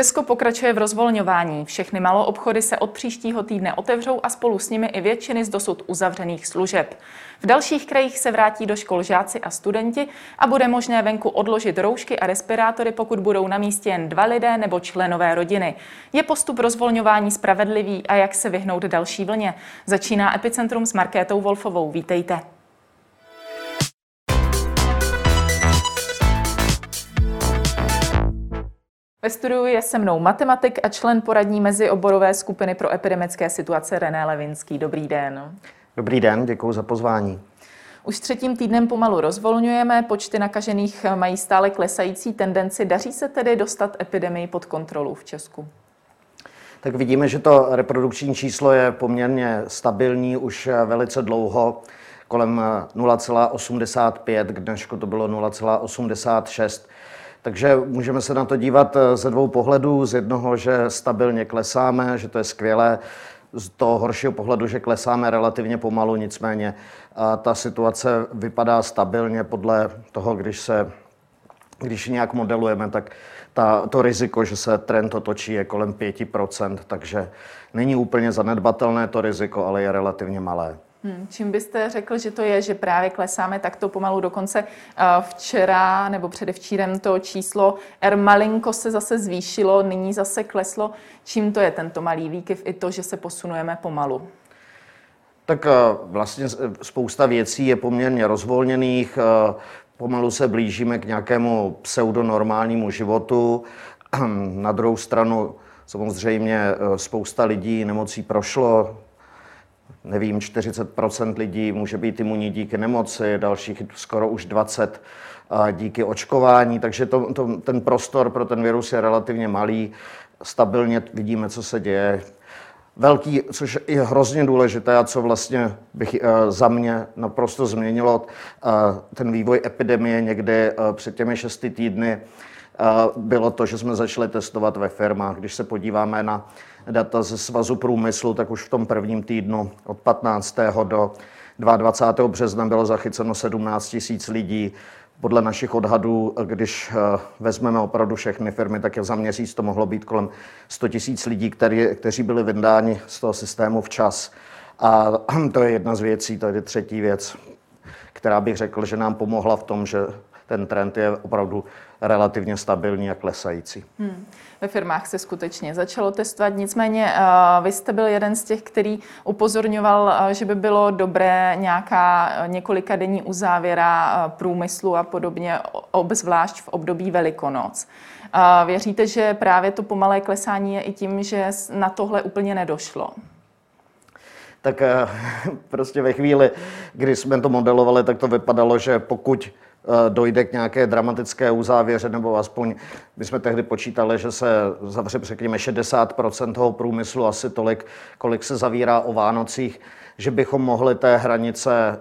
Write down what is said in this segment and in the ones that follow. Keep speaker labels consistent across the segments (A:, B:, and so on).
A: Česko pokračuje v rozvolňování. Všechny maloobchody se od příštího týdne otevřou a spolu s nimi i většiny z dosud uzavřených služeb. V dalších krajích se vrátí do škol žáci a studenti a bude možné venku odložit roušky a respirátory, pokud budou na místě jen 2 lidé nebo členové rodiny. Je postup rozvolňování spravedlivý a jak se vyhnout další vlně? Začíná Epicentrum s Markétou Wolfovou. Vítejte. Ve studiu je se mnou matematik a člen poradní mezioborové skupiny pro epidemické situace René Levinský. Dobrý den.
B: Dobrý den, děkuji za pozvání.
A: Už 3. týdnem pomalu rozvolňujeme, počty nakažených mají stále klesající tendenci. Daří se tedy dostat epidemii pod kontrolu v Česku?
B: Tak vidíme, že to reprodukční číslo je poměrně stabilní už velice dlouho, kolem 0,85, k dnešku to bylo 0,86. Takže můžeme se na to dívat ze 2 pohledů. Z jednoho, že stabilně klesáme, že to je skvělé. Z toho horšího pohledu, že klesáme relativně pomalu, nicméně ta situace vypadá stabilně podle toho, když nějak modelujeme, tak to riziko, že se trend otočí, je kolem 5%, takže není úplně zanedbatelné to riziko, ale je relativně malé.
A: Čím byste řekl, že to je, že právě klesáme takto pomalu? Dokonce včera nebo předevčírem to číslo R malinko se zase zvýšilo, nyní zase kleslo. Čím to je tento malý výkyv i to, že se posunujeme pomalu?
B: Tak vlastně spousta věcí je poměrně rozvolněných. Pomalu se blížíme k nějakému pseudonormálnímu životu. Na druhou stranu samozřejmě spousta lidí nemocí prošlo. Nevím, 40% lidí může být imunní díky nemoci, dalších skoro už 20% díky očkování, takže ten prostor pro ten virus je relativně malý. Stabilně vidíme, co se děje. Velký, což je hrozně důležité a co vlastně bych za mě naprosto změnilo ten vývoj epidemie někdy před těmi 6 týdny, bylo to, že jsme začali testovat ve firmách. Když se podíváme na data ze Svazu průmyslu, tak už v tom prvním týdnu od 15. do 22. března bylo zachyceno 17 000 lidí. Podle našich odhadů, když vezmeme opravdu všechny firmy, tak za měsíc to mohlo být kolem 100 000 lidí, kteří byli vyndáni z toho systému včas. A to je jedna z věcí, to je třetí věc, která bych řekl, že nám pomohla v tom, že ten trend je opravdu relativně stabilní a klesající.
A: Ve firmách se skutečně začalo testovat, nicméně vy jste byl jeden z těch, který upozorňoval, že by bylo dobré nějaká několikadenní uzávěra průmyslu a podobně, obzvlášť v období Velikonoc. Věříte, že právě to pomalé klesání je i tím, že na tohle úplně nedošlo?
B: Tak prostě ve chvíli, kdy jsme to modelovali, tak to vypadalo, že pokud dojde k nějaké dramatické uzávěře, nebo aspoň my jsme tehdy počítali, že se zavře, řekněme, 60% toho průmyslu, asi tolik, kolik se zavírá o Vánocích, že bychom mohli té hranice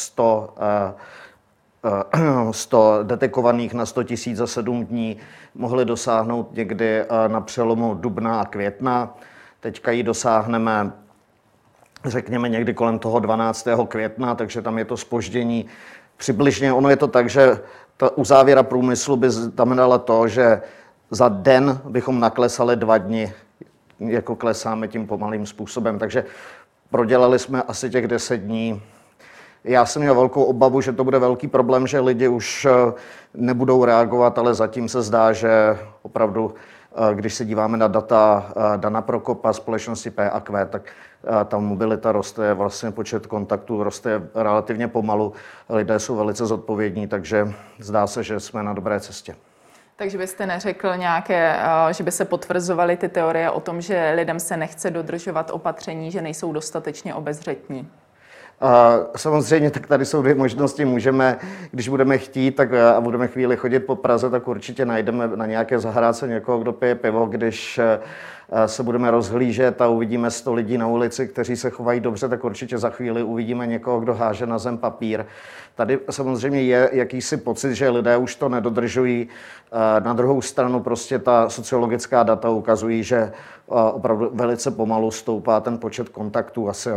B: 100 detekovaných na 100 000 za 7 dní mohli dosáhnout někdy na přelomu dubna a května. Teďka ji dosáhneme, řekněme, někdy kolem toho 12. května, takže tam je to zpoždění. Přibližně ono je to tak, že ta uzávěra průmyslu by znamenala to, že za den bychom naklesali 2 dny, jako klesáme tím pomalým způsobem. Takže prodělali jsme asi těch 10 dní. Já jsem měl velkou obavu, že to bude velký problém, že lidi už nebudou reagovat, ale zatím se zdá, že opravdu, když se díváme na data Dana Prokopa společnosti P&Q, tak ta mobilita roste, vlastně počet kontaktů roste relativně pomalu. Lidé jsou velice zodpovědní, takže zdá se, že jsme na dobré cestě.
A: Takže byste neřekl že by se potvrzovaly ty teorie o tom, že lidem se nechce dodržovat opatření, že nejsou dostatečně obezřetní?
B: Samozřejmě, tak tady jsou 2 možnosti. Můžeme, když budeme chtít a budeme chvíli chodit po Praze, tak určitě najdeme na nějaké zahrádce někoho, kdo pije pivo. Když se budeme rozhlížet a uvidíme 100 lidí na ulici, kteří se chovají dobře, tak určitě za chvíli uvidíme někoho, kdo háže na zem papír. Tady samozřejmě je jakýsi pocit, že lidé už to nedodržují. Na druhou stranu prostě ta sociologická data ukazují, že opravdu velice pomalu stoupá ten počet kontaktů asi o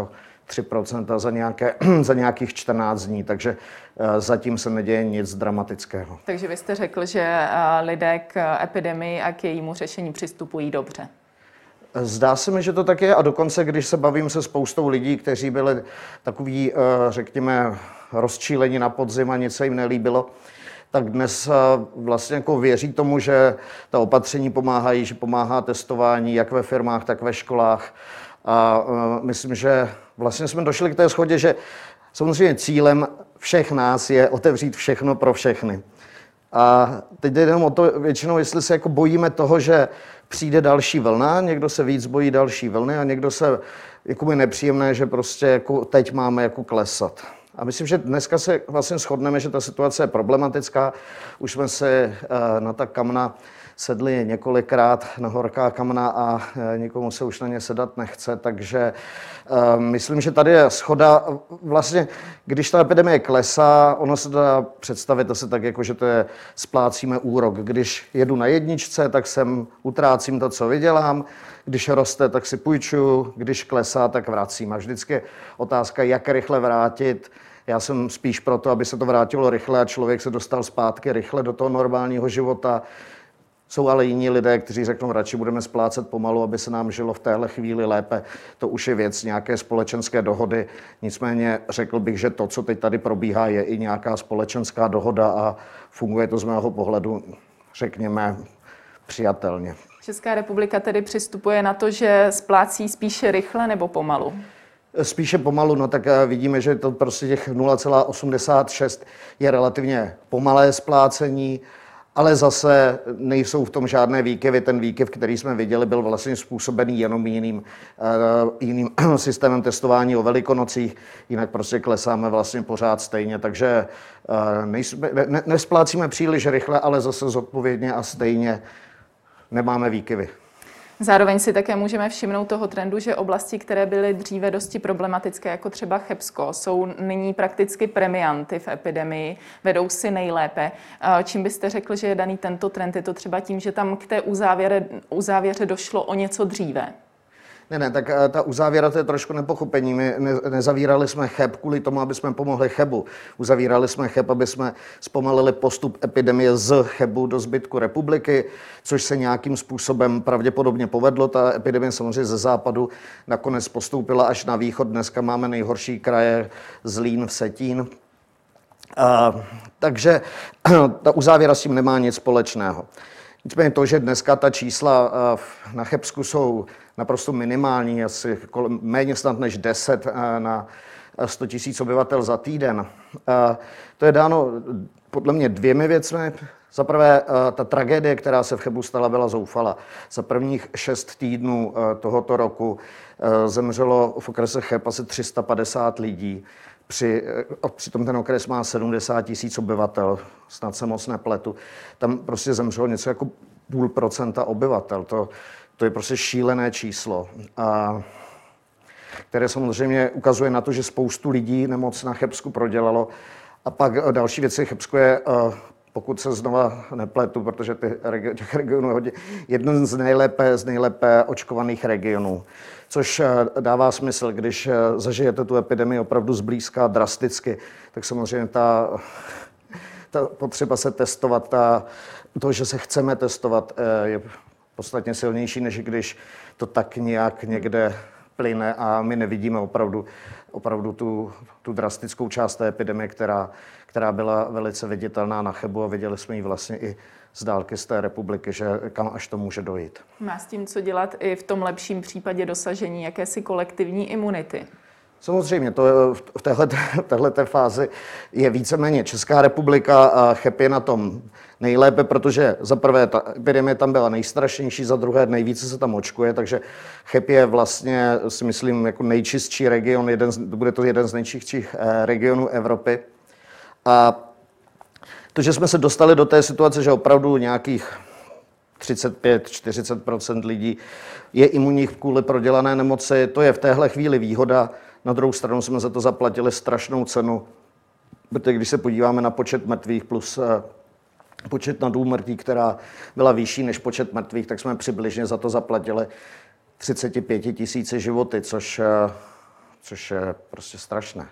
B: 3% za nějakých 14 dní, takže zatím se neděje nic dramatického.
A: Takže vy jste řekl, že lidé k epidemii a k jejímu řešení přistupují dobře.
B: Zdá se mi, že to tak je a dokonce, když se bavím se spoustou lidí, kteří byli takový, řekněme, rozčíleni na podzim a nic se jim nelíbilo, tak dnes vlastně jako věří tomu, že ta opatření pomáhají, že pomáhá testování jak ve firmách, tak ve školách. A myslím, že vlastně jsme došli k té shodě, že samozřejmě cílem všech nás je otevřít všechno pro všechny. A teď jde jenom o to většinou, jestli se jako bojíme toho, že přijde další vlna, někdo se víc bojí další vlny a někdo se, jako je nepříjemné, že prostě jako teď máme jako klesat. A myslím, že dneska se vlastně shodneme, že ta situace je problematická. Už jsme se na ta kamna sedli několikrát, na horká kamna a nikomu se už na ně sedat nechce, takže myslím, že tady je shoda. Vlastně, když ta epidemie klesá, ono se dá představit asi tak, jako že to je splácíme úrok. Když jedu na jedničce, tak sem utrácím to, co vydělám. Když roste, tak si půjčuju, když klesá, tak vracím. A vždycky je otázka, jak rychle vrátit. Já jsem spíš proto, aby se to vrátilo rychle a člověk se dostal zpátky rychle do toho normálního života. Jsou ale jiní lidé, kteří řeknou, radši budeme splácet pomalu, aby se nám žilo v téhle chvíli lépe. To už je věc nějaké společenské dohody. Nicméně řekl bych, že to, co teď tady probíhá, je i nějaká společenská dohoda a funguje to z mého pohledu, řekněme, přijatelně.
A: Česká republika tedy přistupuje na to, že splácí spíše rychle nebo pomalu?
B: Spíše pomalu, no tak vidíme, že to prostě těch 0,86 je relativně pomalé splácení, ale zase nejsou v tom žádné výkyvy. Ten výkyv, který jsme viděli, byl vlastně způsobený jenom jiným systémem testování o Velikonocích, jinak prostě klesáme vlastně pořád stejně, takže nesplácíme příliš rychle, ale zase zodpovědně a stejně nemáme výkyvy.
A: Zároveň si také můžeme všimnout toho trendu, že oblasti, které byly dříve dosti problematické, jako třeba Chebsko, jsou nyní prakticky premianty v epidemii, vedou si nejlépe. Čím byste řekl, že je daný tento trend? Je to třeba tím, že tam k té uzávěře došlo o něco dříve?
B: Ne, tak ta uzávěra, to je trošku nepochopení. My nezavírali jsme Cheb kvůli tomu, aby jsme pomohli Chebu. Uzavírali jsme Cheb, aby jsme zpomalili postup epidemie z Chebu do zbytku republiky, což se nějakým způsobem pravděpodobně povedlo. Ta epidemie samozřejmě ze západu nakonec postoupila až na východ. Dneska máme nejhorší kraje Zlín, Vsetín. Takže ta uzávěra s tím nemá nic společného. Nicméně to, že dneska ta čísla na Chebsku jsou naprosto minimální, asi méně snad než 10 na 100 000 obyvatel za týden. To je dáno podle mě dvěmi věcmi. Za prvé, ta tragédie, která se v Chebu stala, byla zoufala. Za prvních 6 týdnů tohoto roku zemřelo v okrese Cheb asi 350 lidí. Přitom ten okres má 70 000 obyvatel, snad se moc nepletu. Tam prostě zemřelo něco jako 0,5% obyvatel. To je prostě šílené číslo, které samozřejmě ukazuje na to, že spoustu lidí nemoc na Chebsku prodělalo. A pak další věc je, Chebsko je, pokud se znova nepletu, protože těch regionů je hodně, jeden z nejlépe očkovaných regionů. Což dává smysl, když zažijete tu epidemii opravdu zblízka drasticky, tak samozřejmě ta potřeba se testovat, to, že se chceme testovat, je podstatně silnější, než když to tak nějak někde plyne a my nevidíme opravdu tu drastickou část té epidemie, která byla velice viditelná na Chebu a viděli jsme ji vlastně i z dálky z té republiky, že kam až to může dojít.
A: Má s tím co dělat i v tom lepším případě dosažení jakési kolektivní imunity?
B: Samozřejmě, to v téhleté fázi je víceméně Česká republika a Cheb je na tom nejlépe, protože za prvé ta epidemie tam byla nejstrašnější, za druhé nejvíce se tam očkuje, takže Cheb je vlastně, si myslím, jako nejčistší region, bude to jeden z nejčistších regionů Evropy. A to, že jsme se dostali do té situace, že opravdu nějakých 35-40% lidí je imunních kvůli prodělané nemoci, to je v téhle chvíli výhoda. Na druhou stranu jsme za to zaplatili strašnou cenu, protože když se podíváme na počet mrtvých plus počet na úmrtí, která byla vyšší než počet mrtvých, tak jsme přibližně za to zaplatili 35 000 životy, což což je prostě strašné.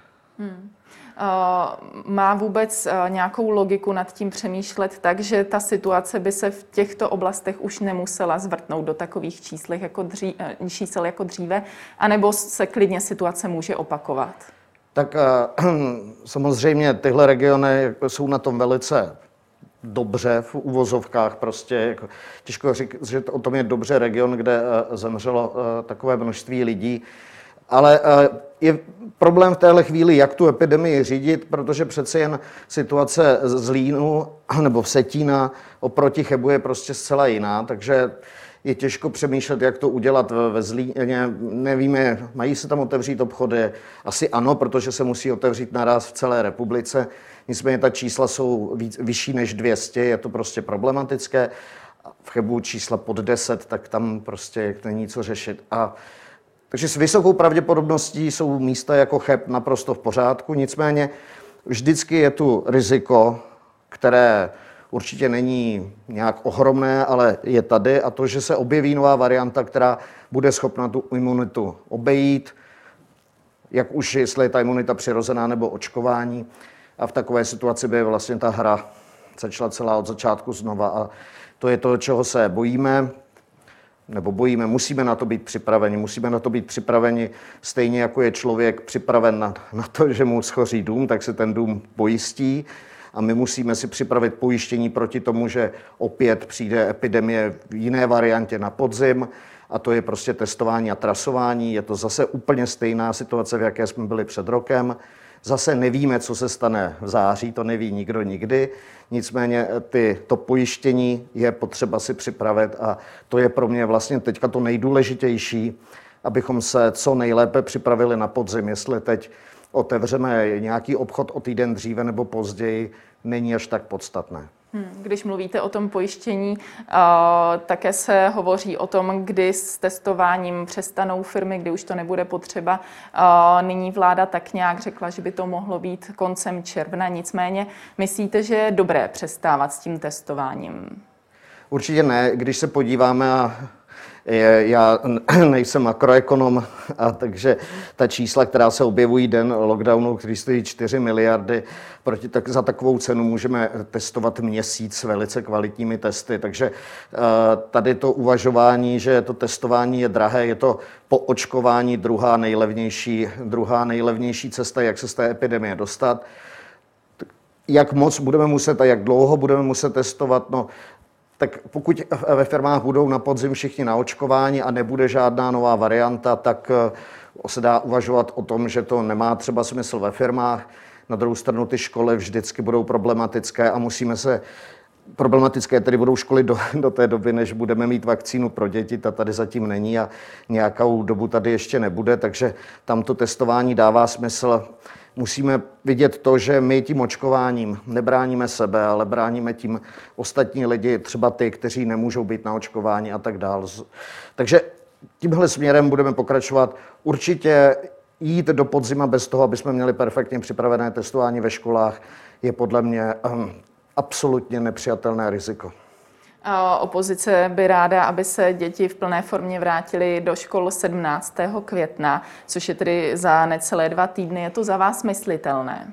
A: Má vůbec nějakou logiku nad tím přemýšlet tak, že ta situace by se v těchto oblastech už nemusela zvrtnout do takových čísel jako dříve, anebo se klidně situace může opakovat?
B: Tak samozřejmě tyhle regiony jsou na tom velice dobře v uvozovkách prostě. Jako, těžko říct, že o tom je dobře region, kde zemřelo takové množství lidí. Ale je problém v téhle chvíli, jak tu epidemii řídit, protože přece jen situace z Zlínu nebo Vsetína oproti Chebu je prostě zcela jiná, takže je těžko přemýšlet, jak to udělat ve Zlíně. Nevíme, mají se tam otevřít obchody? Asi ano, protože se musí otevřít naraz v celé republice. Nicméně ta čísla jsou vyšší než 200, je to prostě problematické. V Chebu čísla pod 10, tak tam prostě není co řešit. Takže s vysokou pravděpodobností jsou místa jako Cheb naprosto v pořádku, nicméně vždycky je tu riziko, které určitě není nějak ohromné, ale je tady, a to, že se objeví nová varianta, která bude schopna tu imunitu obejít, jak už jestli je ta imunita přirozená nebo očkování. A v takové situaci by vlastně ta hra začala celá od začátku znova. A to je to, čeho se bojíme. Musíme na to být připraveni. Musíme na to být připraveni stejně, jako je člověk připraven na to, že mu schoří dům, tak se ten dům pojistí. A my musíme si připravit pojištění proti tomu, že opět přijde epidemie v jiné variantě na podzim. A to je prostě testování a trasování. Je to zase úplně stejná situace, v jaké jsme byli před rokem. Zase nevíme, co se stane v září, to neví nikdo nikdy. Nicméně to pojištění je potřeba si připravit a to je pro mě vlastně teďka to nejdůležitější, abychom se co nejlépe připravili na podzim. Jestli teď otevřeme nějaký obchod o týden dříve nebo později, není až tak podstatné.
A: Když mluvíte o tom pojištění, také se hovoří o tom, kdy s testováním přestanou firmy, kdy už to nebude potřeba. Nyní vláda tak nějak řekla, že by to mohlo být koncem června. Nicméně myslíte, že je dobré přestávat s tím testováním?
B: Určitě ne. Když se podíváme já nejsem makroekonom, takže ta čísla, která se objevují den lockdownu, který stojí 4 miliardy, tak za takovou cenu můžeme testovat měsíc s velice kvalitními testy. Takže tady to uvažování, že to testování je drahé, je to po očkování druhá nejlevnější cesta, jak se z té epidemie dostat. Jak moc budeme muset a jak dlouho budeme muset testovat? No, tak pokud ve firmách budou na podzim všichni naočkováni a nebude žádná nová varianta, tak se dá uvažovat o tom, že to nemá třeba smysl ve firmách. Na druhou stranu ty školy vždycky budou problematické a problematické tedy budou školy do té doby, než budeme mít vakcínu pro děti, ta tady zatím není a nějakou dobu tady ještě nebude, takže tam to testování dává smysl. Musíme vidět to, že my tím očkováním nebráníme sebe, ale bráníme tím ostatní lidi, třeba ty, kteří nemůžou být na očkování a tak dále. Takže tímhle směrem budeme pokračovat. Určitě jít do podzima bez toho, aby jsme měli perfektně připravené testování ve školách, je podle mě absolutně nepřijatelné riziko.
A: Opozice by ráda, aby se děti v plné formě vrátily do škol 17. května, což je tedy za necelé 2 týdny. Je to za vás myslitelné?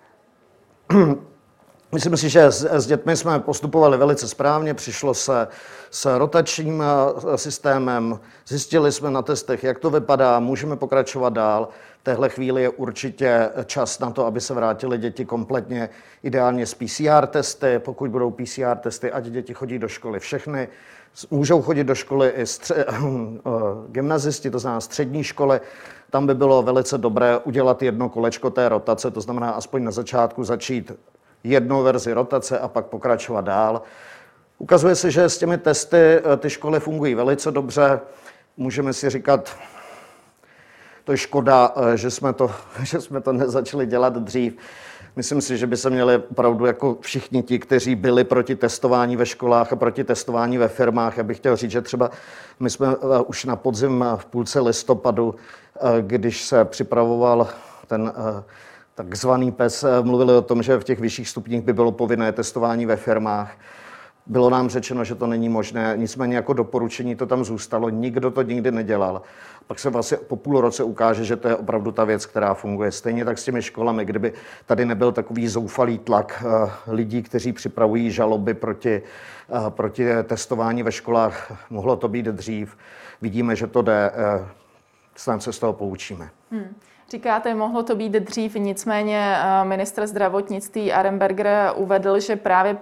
B: Myslím si, že s dětmi jsme postupovali velice správně, přišlo se s rotačním systémem, zjistili jsme na testech, jak to vypadá, můžeme pokračovat dál. V téhle chvíli je určitě čas na to, aby se vrátily děti kompletně, ideálně s PCR testy. Pokud budou PCR testy, ať děti chodí do školy všechny. Můžou chodit do školy i gymnazisti, to znamená střední školy. Tam by bylo velice dobré udělat jedno kolečko té rotace, to znamená aspoň na začátku začít jednou verzi rotace a pak pokračovat dál. Ukazuje se, že s těmi testy ty školy fungují velice dobře. Můžeme si říkat, to je škoda, že jsme to nezačali dělat dřív. Myslím si, že by se měli opravdu jako všichni ti, kteří byli proti testování ve školách a proti testování ve firmách. Já bych chtěl říct, že třeba my jsme už na podzim v půlce listopadu, když se připravoval ten takzvaný PES, mluvili o tom, že v těch vyšších stupních by bylo povinné testování ve firmách. Bylo nám řečeno, že to není možné, nicméně jako doporučení to tam zůstalo, nikdo to nikdy nedělal. Pak se vlastně po půl roce ukáže, že to je opravdu ta věc, která funguje. Stejně tak s těmi školami, kdyby tady nebyl takový zoufalý tlak lidí, kteří připravují žaloby proti testování ve školách, mohlo to být dřív. Vidíme, že to jde, snad se z toho poučíme.
A: Říkáte, mohlo to být dřív, nicméně ministr zdravotnictví Arenberger uvedl, že právě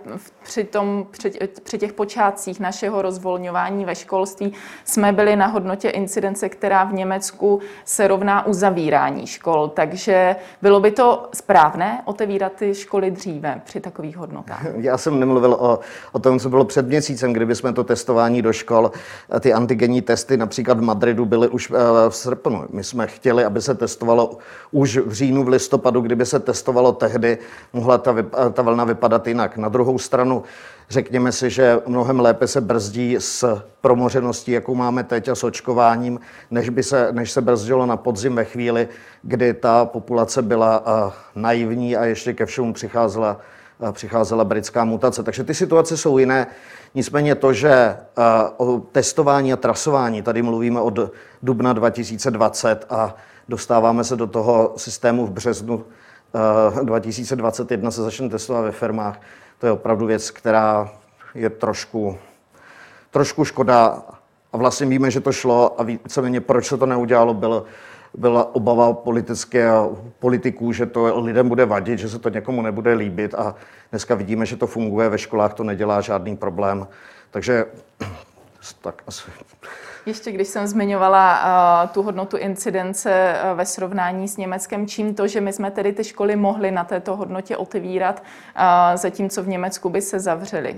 A: při těch počátcích našeho rozvolňování ve školství jsme byli na hodnotě incidence, která v Německu se rovná uzavírání škol. Takže bylo by to správné otevírat ty školy dříve při takových hodnotách?
B: Já jsem nemluvil o tom, co bylo před měsícem, kdyby jsme to testování do škol, ty antigenní testy například v Madridu byly už v srpnu. My jsme chtěli, aby se testovalo už v říjnu, v listopadu, kdyby se testovalo tehdy, mohla ta vlna vypadat jinak. Na druhou stranu, řekněme si, že mnohem lépe se brzdí s promořeností, jakou máme teď, a s očkováním, než se brzdilo na podzim ve chvíli, kdy ta populace byla naivní a ještě ke všemu přicházela britská mutace. Takže ty situace jsou jiné. Nicméně to, že o testování a trasování, tady mluvíme od dubna 2020 a dostáváme se do toho systému v březnu 2021, se začne testovat ve firmách. To je opravdu věc, která je trošku škoda. A vlastně víme, že to šlo a víceméně proč se to neudělalo, byla obava politiků, že to lidem bude vadit, že se to někomu nebude líbit, a dneska vidíme, že to funguje, ve školách to nedělá žádný problém. Takže tak asi.
A: Ještě když jsem zmiňovala tu hodnotu incidence ve srovnání s Německem, čím to, že my jsme tedy ty školy mohli na této hodnotě otevírat, zatímco v Německu by se zavřely?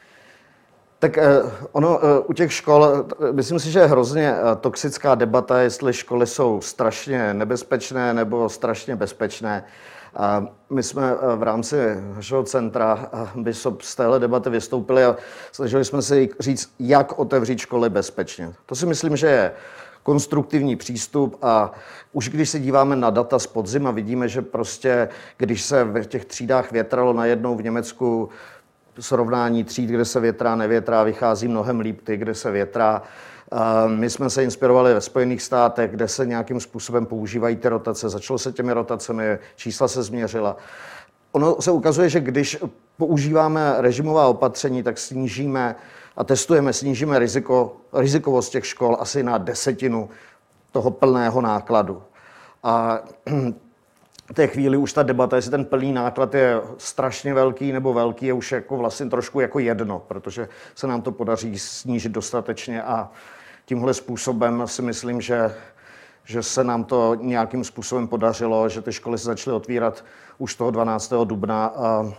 B: Tak u těch škol, myslím si, že je hrozně toxická debata, jestli školy jsou strašně nebezpečné nebo strašně bezpečné. A my jsme v rámci našeho centra BISOP z téhle debaty vystoupili a snažili jsme se říct, jak otevřít školy bezpečně. To si myslím, že je konstruktivní přístup, a už když se díváme na data z podzima, vidíme, že prostě, když se v těch třídách větralo najednou v Německu, srovnání tříd, kde se větrá, nevětrá, vychází mnohem líp ty, kde se větrá. My jsme se inspirovali ve Spojených státech, kde se nějakým způsobem používají ty rotace. Začalo se těmi rotacemi, čísla se změřila. Ono se ukazuje, že když používáme režimová opatření, tak snížíme a testujeme, snížíme rizikovost těch škol asi na 10% toho plného nákladu. A v té chvíli už ta debata, jestli ten plný náklad je strašně velký nebo velký, je už jako vlastně trošku jako jedno, protože se nám to podaří snížit dostatečně, a tímhle způsobem si myslím, že se nám to nějakým způsobem podařilo, že ty školy se začaly otvírat už toho 12. dubna a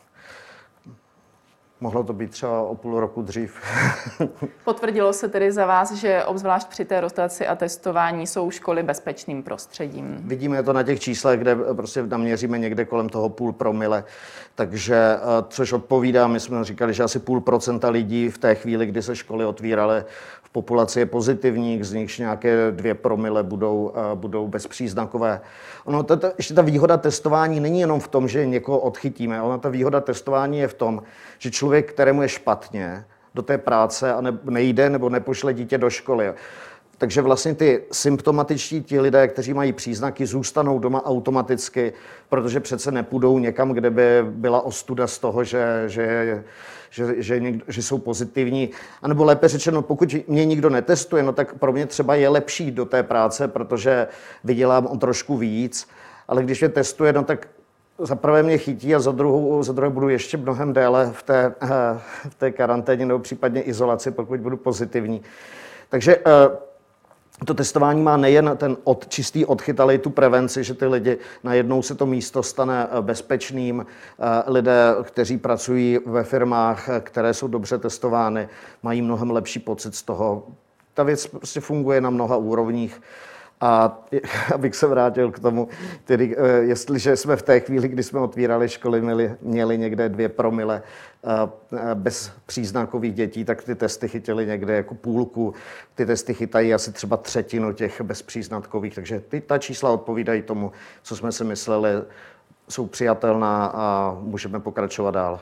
B: mohlo to být třeba o půl roku dřív.
A: Potvrdilo se tedy za vás, že obzvlášť při té rotaci a testování jsou školy bezpečným prostředím?
B: Vidíme to na těch číslech, kde prostě naměříme někde kolem toho 0,5 promile. Takže, což odpovídá, my jsme říkali, že asi 0,5% lidí v té chvíli, kdy se školy otvíraly, v populaci je pozitivních, z nichž nějaké 2 promile budou bezpříznakové. Ještě ta výhoda testování není jenom v tom, že někoho odchytíme. Ta výhoda testování je v tom, že člověk, kterému je špatně, do té práce a nejde nebo nepošle dítě do školy. Takže vlastně ty symptomatičtí ti lidé, kteří mají příznaky, zůstanou doma automaticky, protože přece nepůjdou někam, kde by byla ostuda z toho, že jsou pozitivní. A nebo lépe řečeno, pokud mě nikdo netestuje, no tak pro mě třeba je lepší do té práce, protože vydělám o trošku víc, ale když mě testuje, no tak za prvé mě chytí a za druhé budu ještě mnohem déle v té karanténě nebo případně izolaci, pokud budu pozitivní. Takže to testování má nejen ten čistý odchyt, ale i tu prevenci, že ty lidi najednou se to místo stane bezpečným. Lidé, kteří pracují ve firmách, které jsou dobře testovány, mají mnohem lepší pocit z toho. Ta věc prostě funguje na mnoha úrovních. A abych se vrátil k tomu, tedy jestliže jsme v té chvíli, kdy jsme otvírali školy, měli někde 2 promile bez příznakových dětí, tak ty testy chytily někde jako půlku. Ty testy chytají asi třeba 1/3 těch bezpříznakových, takže ta čísla odpovídají tomu, co jsme si mysleli, jsou přijatelná a můžeme pokračovat dál.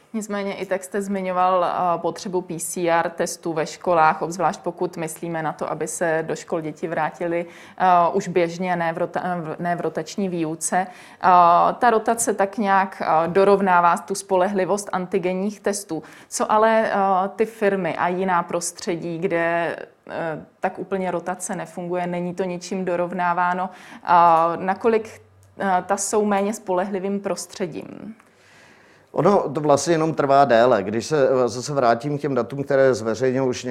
A: Nicméně i tak jste zmiňoval potřebu PCR testů ve školách, obzvlášť pokud myslíme na to, aby se do škol děti vrátily už běžně, ne v rotační výuce. Ta rotace tak nějak dorovnává tu spolehlivost antigenních testů. Co ale ty firmy a jiná prostředí, kde tak úplně rotace nefunguje, není to ničím dorovnáváno, nakolik ta jsou méně spolehlivým prostředím?
B: Ono to vlastně jenom trvá déle. Když se zase vrátím k těm datům, které zveřejnil už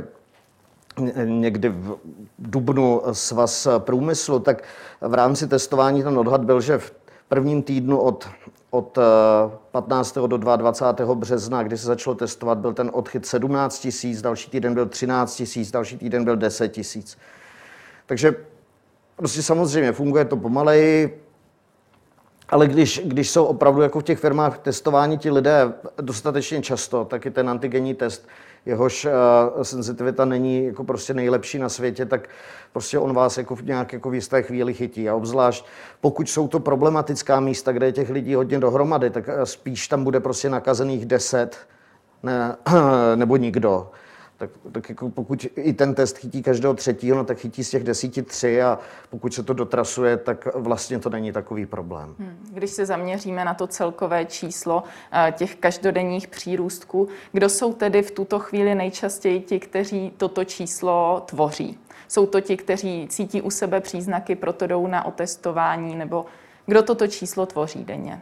B: někdy v dubnu Svaz průmyslu, tak v rámci testování ten odhad byl, že v prvním týdnu od 15. do 22. března, kdy se začalo testovat, byl ten odchyt 17 000, další týden byl 13 000, další týden byl 10 000. Takže prostě samozřejmě funguje to pomaleji, ale když jsou opravdu jako v těch firmách testování ti lidé dostatečně často, tak i ten antigenní test, jehož senzitivita není jako prostě nejlepší na světě, tak prostě on vás jako nějak jako v jisté chvíli chytí. A obzvlášť pokud jsou to problematická místa, kde je těch lidí hodně dohromady, tak spíš tam bude prostě nakazených 10 nebo nikdo. Tak jako pokud i ten test chytí každého třetího, no tak chytí z těch 10 3 a pokud se to dotrasuje, tak vlastně to není takový problém.
A: Když se zaměříme na to celkové číslo těch každodenních přírůstků, kdo jsou tedy v tuto chvíli nejčastěji ti, kteří toto číslo tvoří? Jsou to ti, kteří cítí u sebe příznaky, proto jdou na otestování, nebo kdo toto číslo tvoří denně?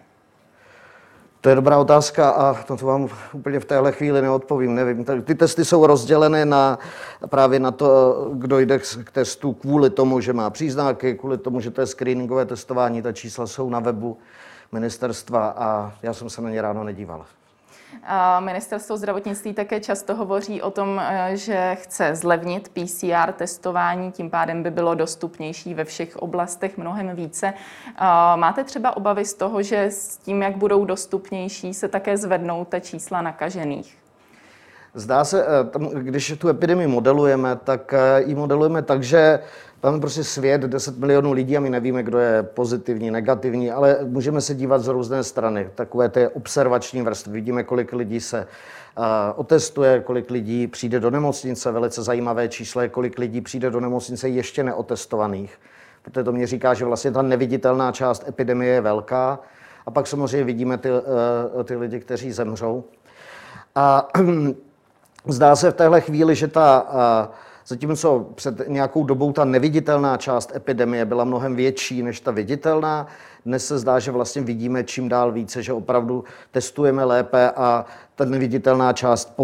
B: To je dobrá otázka a to vám úplně v téhle chvíli neodpovím, nevím. Ty testy jsou rozděleny právě na to, kdo jde k testu kvůli tomu, že má příznaky, kvůli tomu, že to je screeningové testování. Ta čísla jsou na webu ministerstva a já jsem se na ně ráno nedíval.
A: Ministerstvo zdravotnictví také často hovoří o tom, že chce zlevnit PCR testování, tím pádem by bylo dostupnější ve všech oblastech mnohem více. Máte třeba obavy z toho, že s tím, jak budou dostupnější, se také zvednou ta čísla nakažených?
B: Zdá se, když tu epidemii modelujeme, tak ji modelujeme tak, že máme prostě svět 10 milionů lidí a my nevíme, kdo je pozitivní, negativní, ale můžeme se dívat z různé strany. Takové ty observační vrstvy. Vidíme, kolik lidí se otestuje, kolik lidí přijde do nemocnice. Velice zajímavé číslo je, kolik lidí přijde do nemocnice ještě neotestovaných. Protože to mě říká, že vlastně ta neviditelná část epidemie je velká. A pak samozřejmě vidíme ty lidi, kteří zemřou. A zdá se v téhle chvíli, že zatímco před nějakou dobou ta neviditelná část epidemie byla mnohem větší než ta viditelná, dnes se zdá, že vlastně vidíme čím dál více, že opravdu testujeme lépe a ta neviditelná část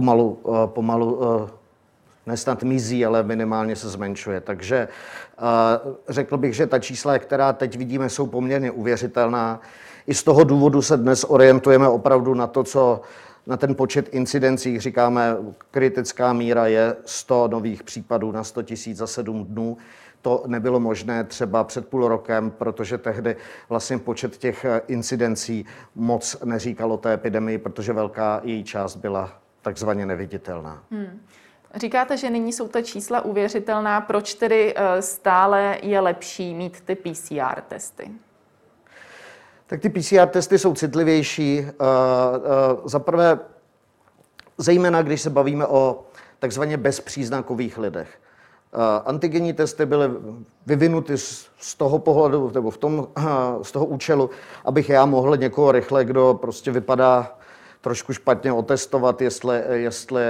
B: pomalu nesnad mizí, ale minimálně se zmenšuje. Takže řekl bych, že ta čísla, která teď vidíme, jsou poměrně uvěřitelná. I z toho důvodu se dnes orientujeme opravdu na ten počet incidencí, říkáme, kritická míra je 100 nových případů na 100 000 za 7 dnů. To nebylo možné třeba před půl rokem, protože tehdy vlastně počet těch incidencí moc neříkalo té epidemii, protože velká její část byla takzvaně neviditelná.
A: Říkáte, že nyní jsou ta čísla uvěřitelná. Proč tedy stále je lepší mít ty PCR testy?
B: Tak ty PCR testy jsou citlivější. Za prvé, zejména když se bavíme o takzvaně bezpříznakových lidech. Antigenní testy byly vyvinuty z toho pohledu, nebo z toho účelu, abych já mohl někoho rychle, kdo prostě vypadá trošku špatně, otestovat, jestli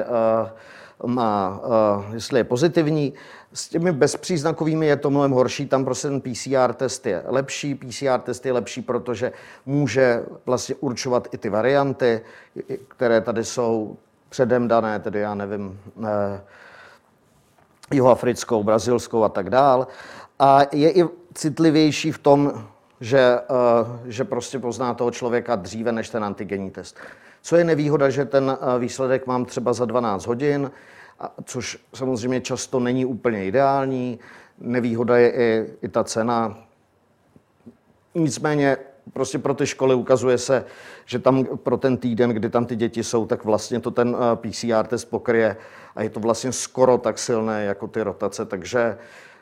B: je pozitivní. S těmi bezpříznakovými je to mnohem horší, tam prostě ten PCR test je lepší. PCR test je lepší, protože může vlastně určovat i ty varianty, které tady jsou předem dané, tedy já nevím, jihoafrickou, brazilskou a tak dál. A je i citlivější v tom, že prostě pozná toho člověka dříve než ten antigenní test. Co je nevýhoda, že ten výsledek mám třeba za 12 hodin, což samozřejmě často není úplně ideální. Nevýhoda je i ta cena. Nicméně prostě pro ty školy ukazuje se, že tam pro ten týden, kdy tam ty děti jsou, tak vlastně to ten PCR test pokryje a je to vlastně skoro tak silné jako ty rotace. Takže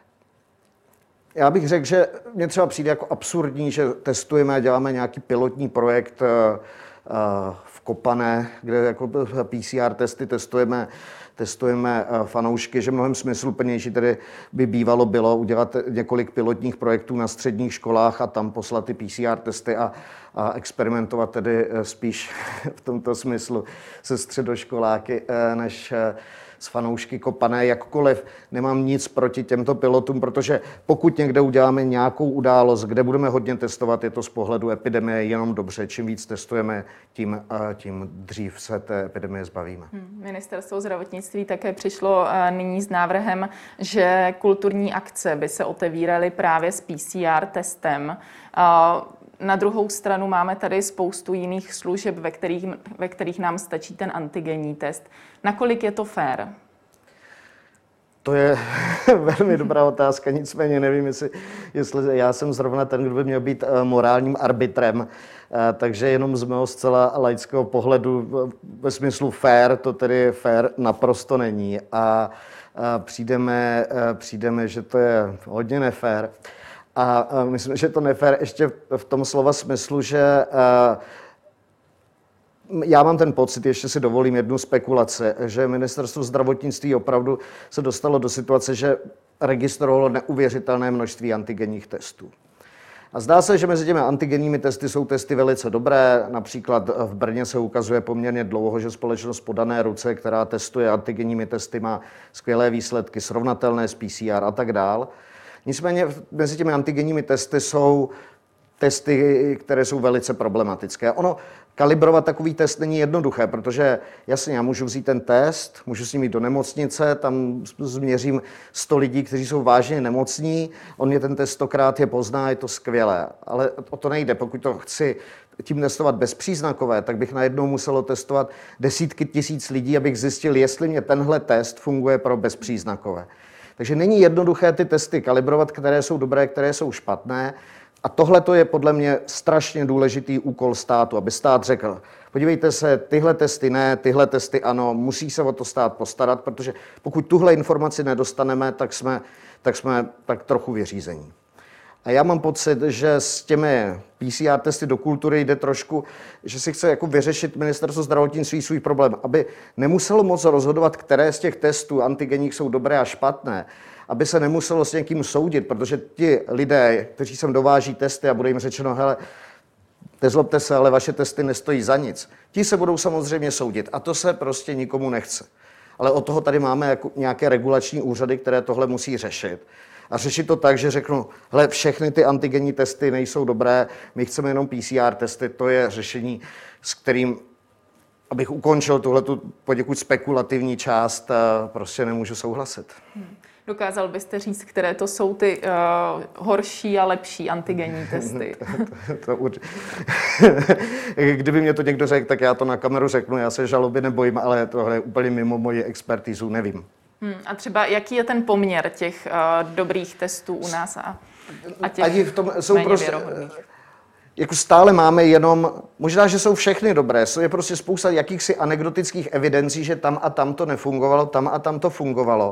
B: já bych řekl, že mně třeba přijde jako absurdní, že testujeme a děláme nějaký pilotní projekt v Kopané, kde jako PCR testy testujeme fanoušky, že mnohem smysluplnější tedy by bývalo bylo udělat několik pilotních projektů na středních školách a tam poslat ty PCR testy a experimentovat tedy spíš v tomto smyslu se středoškoláky než s fanoušky Kopané. Jakkoliv nemám nic proti těmto pilotům, protože pokud někde uděláme nějakou událost, kde budeme hodně testovat, je to z pohledu epidemie jenom dobře. Čím víc testujeme, tím dřív se té epidemie zbavíme.
A: Ministerstvo zdravotnictví také přišlo nyní s návrhem, že kulturní akce by se otevíraly právě s PCR testem. Na druhou stranu máme tady spoustu jiných služeb, ve kterých nám stačí ten antigenní test. Nakolik je to fér?
B: To je velmi dobrá otázka, nicméně nevím, jestli já jsem zrovna ten, kdo by měl být morálním arbitrem, takže jenom z mého zcela laického pohledu ve smyslu fér, to tedy fér naprosto není a přijdeme, že to je hodně nefér. A myslím, že to nefér ještě v tom slova smyslu, že já mám ten pocit, ještě si dovolím jednu spekulaci, že ministerstvo zdravotnictví opravdu se dostalo do situace, že registrovalo neuvěřitelné množství antigenních testů. A zdá se, že mezi těmi antigenními testy jsou testy velice dobré. Například v Brně se ukazuje poměrně dlouho, že společnost Podané ruce, která testuje antigenními testy, má skvělé výsledky, srovnatelné s PCR a tak dál. Nicméně mezi těmi antigenními testy jsou testy, které jsou velice problematické. Ono kalibrovat takový test není jednoduché, protože jasně, já můžu vzít ten test, můžu s ním jít do nemocnice, tam změřím 100 lidí, kteří jsou vážně nemocní, on mě ten test 100krát je pozná, je to skvělé. Ale o to nejde, pokud to chci tím testovat bezpříznakové, tak bych najednou muselo testovat desítky tisíc lidí, abych zjistil, jestli mě tenhle test funguje pro bezpříznakové. Takže není jednoduché ty testy kalibrovat, které jsou dobré, které jsou špatné. A tohle to je podle mě strašně důležitý úkol státu, aby stát řekl, podívejte se, tyhle testy ne, tyhle testy ano, musí se o to stát postarat, protože pokud tuhle informaci nedostaneme, tak jsme tak trochu vyřízení. A já mám pocit, že s těmi PCR testy do kultury jde trošku, že si chce jako vyřešit ministerstvo zdravotnictví svůj problém, aby nemuselo moc rozhodovat, které z těch testů antigenních jsou dobré a špatné, aby se nemuselo s někým soudit, protože ti lidé, kteří sem dováží testy a bude jim řečeno, hele, nezlobte se, ale vaše testy nestojí za nic. Ti se budou samozřejmě soudit a to se prostě nikomu nechce. Ale od toho tady máme jako nějaké regulační úřady, které tohle musí řešit. A řešit to tak, že řeknu, hele, všechny ty antigenní testy nejsou dobré, my chceme jenom PCR testy, to je řešení, s kterým, abych ukončil tuhletu poněkud spekulativní část, prostě nemůžu souhlasit.
A: Dokázal byste říct, které to jsou ty horší a lepší antigenní testy?
B: Kdyby mě to někdo řekl, tak já to na kameru řeknu, já se žaloby nebojím, ale tohle je úplně mimo moji expertizu, nevím.
A: A třeba jaký je ten poměr těch dobrých testů u nás a těch
B: v tom jsou
A: méně
B: prostě,
A: věrohodných?
B: jako stále máme jenom, možná, že jsou všechny dobré, je prostě spousta jakýchsi anekdotických evidencí, že tam a tam to nefungovalo, tam a tam to fungovalo.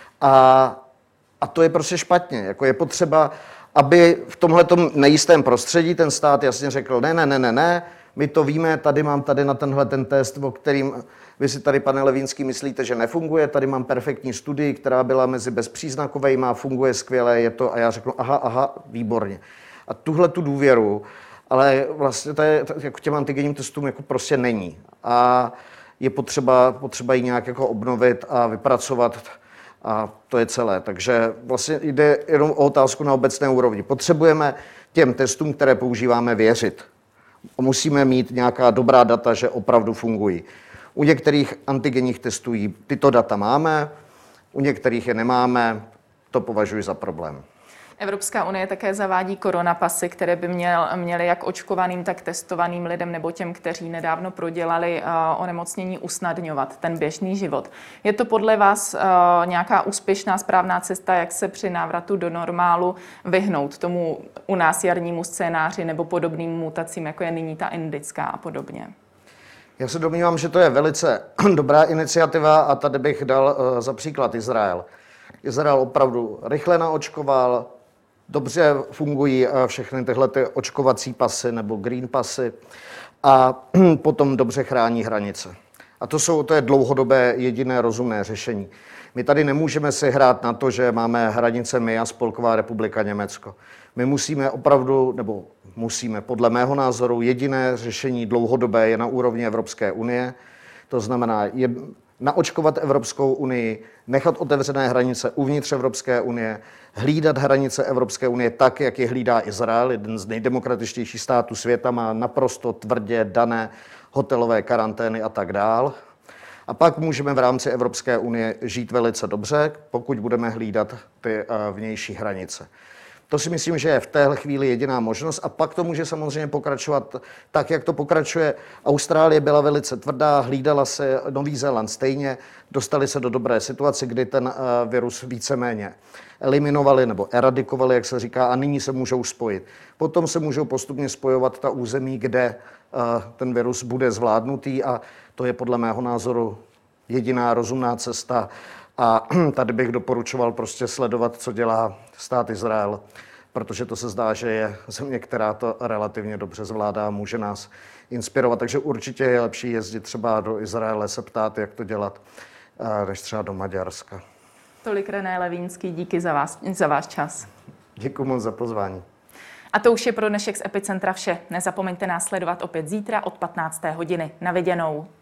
B: A to je prostě špatně. Jako je potřeba, aby v tomhletom nejistém prostředí ten stát jasně řekl, ne, my to víme, tady mám na tenhle ten test, o kterým vy si tady, pane Levínský, myslíte, že nefunguje, tady mám perfektní studii, která byla mezi bezpříznakovejma, funguje skvěle, je to, a já řeknu, aha, výborně. A tuhle tu důvěru, ale vlastně to je, jako těm antigenním testům jako prostě není. A je potřeba ji nějak jako obnovit a vypracovat. A to je celé. Takže vlastně jde jenom o otázku na obecné úrovni. Potřebujeme těm testům, které používáme, věřit. Musíme mít nějaká dobrá data, že opravdu fungují. U některých antigenních testů tyto data máme, u některých je nemáme, to považuji za problém.
A: Evropská unie také zavádí koronapasy, které by měly jak očkovaným, tak testovaným lidem nebo těm, kteří nedávno prodělali onemocnění, usnadňovat ten běžný život. Je to podle vás nějaká úspěšná, správná cesta, jak se při návratu do normálu vyhnout tomu u nás jarnímu scénáři nebo podobným mutacím, jako je nyní ta indická a podobně?
B: Já se domnívám, že to je velice dobrá iniciativa a tady bych dal za příklad Izrael. Izrael opravdu rychle naočkoval, dobře fungují všechny tyhle ty očkovací pasy nebo green pasy a potom dobře chrání hranice. A to je dlouhodobé jediné rozumné řešení. My tady nemůžeme si hrát na to, že máme hranice my a Spolková republika Německo. My musíme opravdu, nebo musíme, podle mého názoru, jediné řešení dlouhodobé je na úrovni Evropské unie. To znamená naočkovat Evropskou unii, nechat otevřené hranice uvnitř Evropské unie, hlídat hranice Evropské unie tak, jak je hlídá Izrael, jeden z nejdemokratičtějších států světa, má naprosto tvrdě dané hotelové karantény a tak dál. A pak můžeme v rámci Evropské unie žít velice dobře, pokud budeme hlídat ty vnější hranice. To si myslím, že je v téhle chvíli jediná možnost a pak to může samozřejmě pokračovat tak, jak to pokračuje. Austrálie byla velice tvrdá, hlídala se, Nový Zéland stejně, dostali se do dobré situace, kdy ten virus víceméně eliminovali nebo eradikovali, jak se říká, a nyní se můžou spojit. Potom se můžou postupně spojovat ta území, kde ten virus bude zvládnutý a to je podle mého názoru jediná rozumná cesta. A tady bych doporučoval prostě sledovat, co dělá stát Izrael, protože to se zdá, že je země, která to relativně dobře zvládá a může nás inspirovat. Takže určitě je lepší jezdit třeba do Izraele, se ptát, jak to dělat, než třeba do Maďarska.
A: Tolik René Levínský, díky za váš čas.
B: Děkuji moc za pozvání.
A: A to už je pro dnešek z Epicentra vše. Nezapomeňte nás sledovat opět zítra od 15. hodiny. Na viděnou.